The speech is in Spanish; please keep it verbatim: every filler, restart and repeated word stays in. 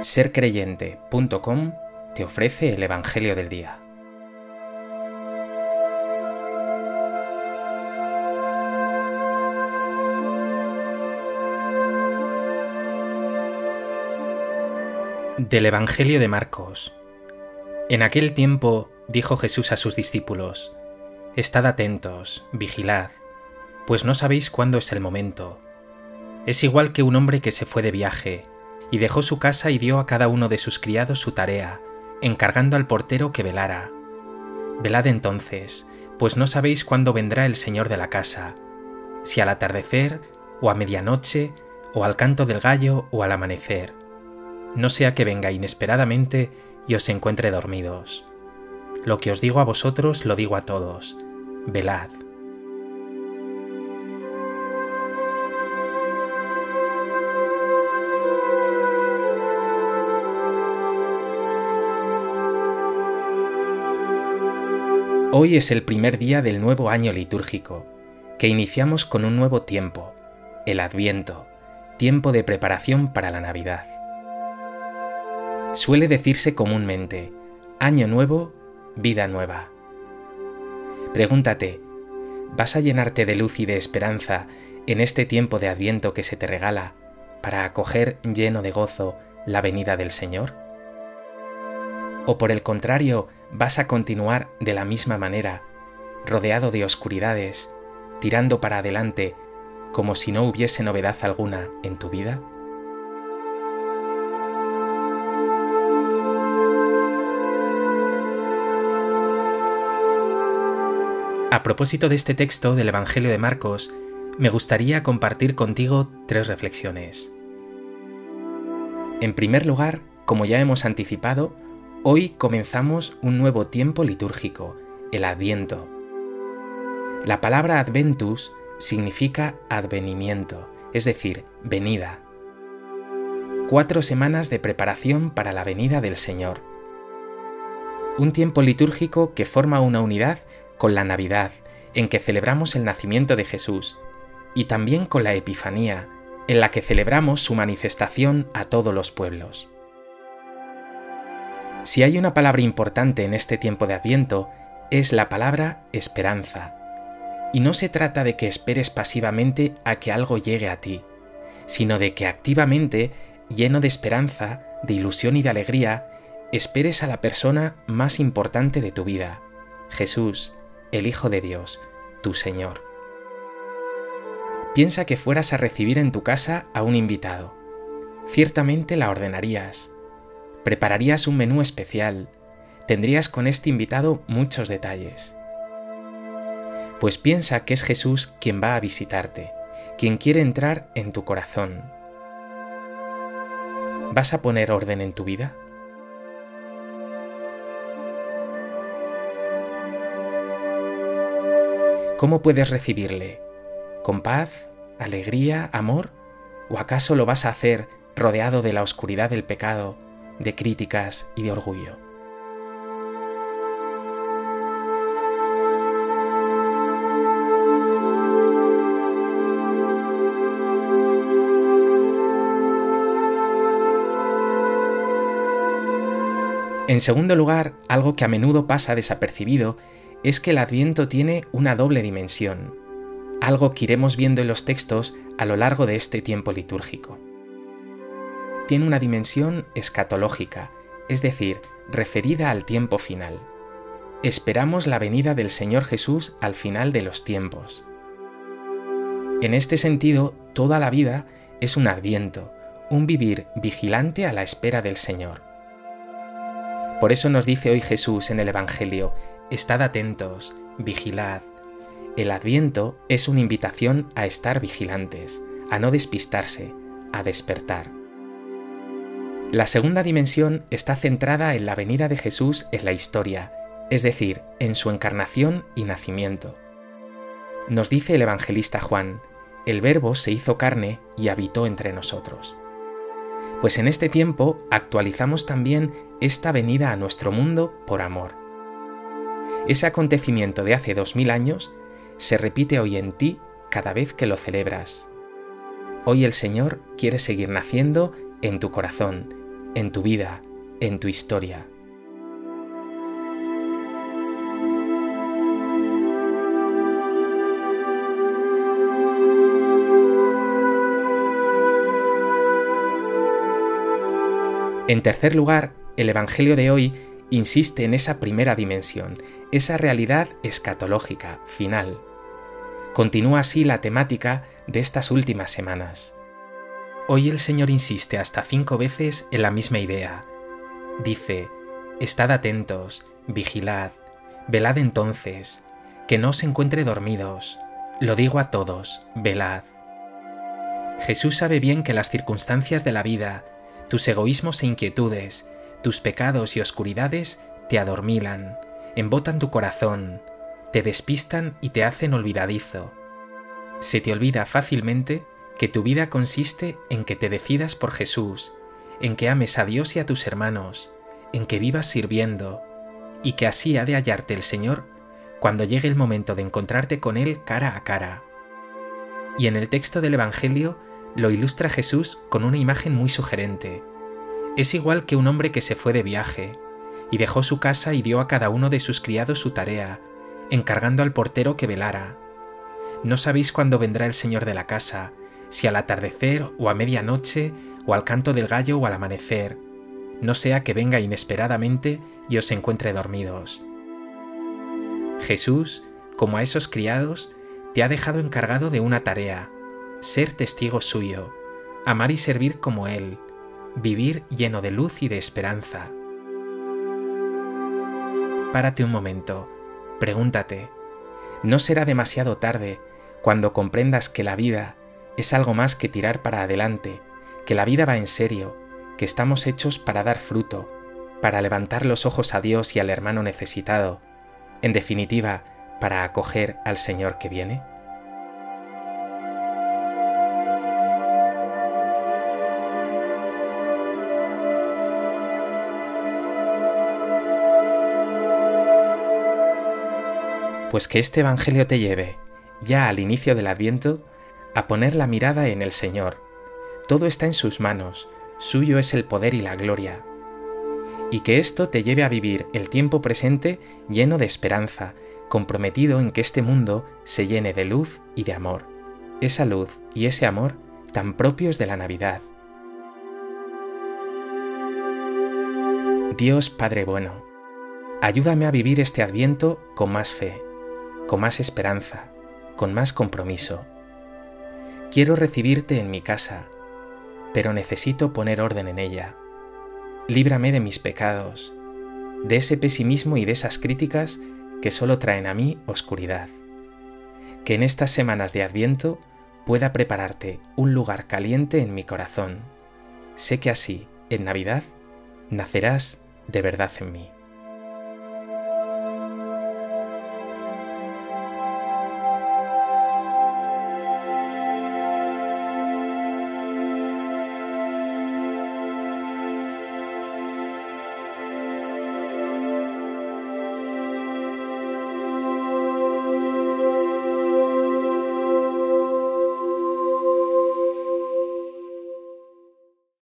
ser creyente punto com te ofrece el Evangelio del Día. Del Evangelio de Marcos. En aquel tiempo dijo Jesús a sus discípulos: Estad atentos, vigilad, pues no sabéis cuándo es el momento. Es igual que un hombre que se fue de viaje, y dejó su casa y dio a cada uno de sus criados su tarea, encargando al portero que velara. Velad entonces, pues no sabéis cuándo vendrá el Señor de la casa, si al atardecer, o a medianoche, o al canto del gallo, o al amanecer. No sea que venga inesperadamente y os encuentre dormidos. Lo que os digo a vosotros lo digo a todos: velad. Hoy es el primer día del nuevo año litúrgico, que iniciamos con un nuevo tiempo, el Adviento, tiempo de preparación para la Navidad. Suele decirse comúnmente: año nuevo, vida nueva. Pregúntate, ¿vas a llenarte de luz y de esperanza en este tiempo de Adviento que se te regala para acoger lleno de gozo la venida del Señor? ¿O por el contrario, vas a continuar de la misma manera, rodeado de oscuridades, tirando para adelante, como si no hubiese novedad alguna en tu vida? A propósito de este texto del Evangelio de Marcos, me gustaría compartir contigo tres reflexiones. En primer lugar, como ya hemos anticipado, hoy comenzamos un nuevo tiempo litúrgico, el Adviento. La palabra adventus significa advenimiento, es decir, venida. Cuatro semanas de preparación para la venida del Señor. Un tiempo litúrgico que forma una unidad con la Navidad, en que celebramos el nacimiento de Jesús, y también con la Epifanía, en la que celebramos su manifestación a todos los pueblos. Si hay una palabra importante en este tiempo de Adviento, es la palabra esperanza. Y no se trata de que esperes pasivamente a que algo llegue a ti, sino de que activamente, lleno de esperanza, de ilusión y de alegría, esperes a la persona más importante de tu vida, Jesús, el Hijo de Dios, tu Señor. Piensa que fueras a recibir en tu casa a un invitado. Ciertamente la ordenarías. Prepararías un menú especial, tendrías con este invitado muchos detalles. Pues piensa que es Jesús quien va a visitarte, quien quiere entrar en tu corazón. ¿Vas a poner orden en tu vida? ¿Cómo puedes recibirle? ¿Con paz, alegría, amor? ¿O acaso lo vas a hacer rodeado de la oscuridad del pecado, de críticas y de orgullo? En segundo lugar, algo que a menudo pasa desapercibido es que el Adviento tiene una doble dimensión, algo que iremos viendo en los textos a lo largo de este tiempo litúrgico. Tiene una dimensión escatológica, es decir, referida al tiempo final. Esperamos la venida del Señor Jesús al final de los tiempos. En este sentido, toda la vida es un adviento, un vivir vigilante a la espera del Señor. Por eso nos dice hoy Jesús en el Evangelio: estad atentos, vigilad. El Adviento es una invitación a estar vigilantes, a no despistarse, a despertar. La segunda dimensión está centrada en la venida de Jesús en la historia, es decir, en su encarnación y nacimiento. Nos dice el evangelista Juan: el Verbo se hizo carne y habitó entre nosotros. Pues en este tiempo actualizamos también esta venida a nuestro mundo por amor. Ese acontecimiento de hace dos mil años se repite hoy en ti cada vez que lo celebras. Hoy el Señor quiere seguir naciendo en tu corazón, en tu vida, en tu historia. En tercer lugar, el Evangelio de hoy insiste en esa primera dimensión, esa realidad escatológica, final. Continúa así la temática de estas últimas semanas. Hoy el Señor insiste hasta cinco veces en la misma idea. Dice: estad atentos, vigilad, velad entonces, que no os encuentre dormidos. Lo digo a todos, velad. Jesús sabe bien que las circunstancias de la vida, tus egoísmos e inquietudes, tus pecados y oscuridades te adormilan, embotan tu corazón, te despistan y te hacen olvidadizo. Se te olvida fácilmente que tu vida consiste en que te decidas por Jesús, en que ames a Dios y a tus hermanos, en que vivas sirviendo, y que así ha de hallarte el Señor cuando llegue el momento de encontrarte con Él cara a cara. Y en el texto del Evangelio lo ilustra Jesús con una imagen muy sugerente. Es igual que un hombre que se fue de viaje, y dejó su casa y dio a cada uno de sus criados su tarea, encargando al portero que velara. No sabéis cuándo vendrá el Señor de la casa, si al atardecer o a medianoche, o al canto del gallo o al amanecer, no sea que venga inesperadamente y os encuentre dormidos. Jesús, como a esos criados, te ha dejado encargado de una tarea: ser testigo suyo, amar y servir como Él, vivir lleno de luz y de esperanza. Párate un momento, pregúntate, ¿no será demasiado tarde cuando comprendas que la vida es algo más que tirar para adelante, que la vida va en serio, que estamos hechos para dar fruto, para levantar los ojos a Dios y al hermano necesitado, en definitiva, para acoger al Señor que viene? Pues que este Evangelio te lleve, ya al inicio del Adviento, a poner la mirada en el Señor. Todo está en sus manos, suyo es el poder y la gloria. Y que esto te lleve a vivir el tiempo presente lleno de esperanza, comprometido en que este mundo se llene de luz y de amor. Esa luz y ese amor tan propios de la Navidad. Dios Padre bueno, ayúdame a vivir este Adviento con más fe, con más esperanza, con más compromiso. Quiero recibirte en mi casa, pero necesito poner orden en ella. Líbrame de mis pecados, de ese pesimismo y de esas críticas que solo traen a mí oscuridad. Que en estas semanas de Adviento pueda prepararte un lugar caliente en mi corazón. Sé que así, en Navidad, nacerás de verdad en mí.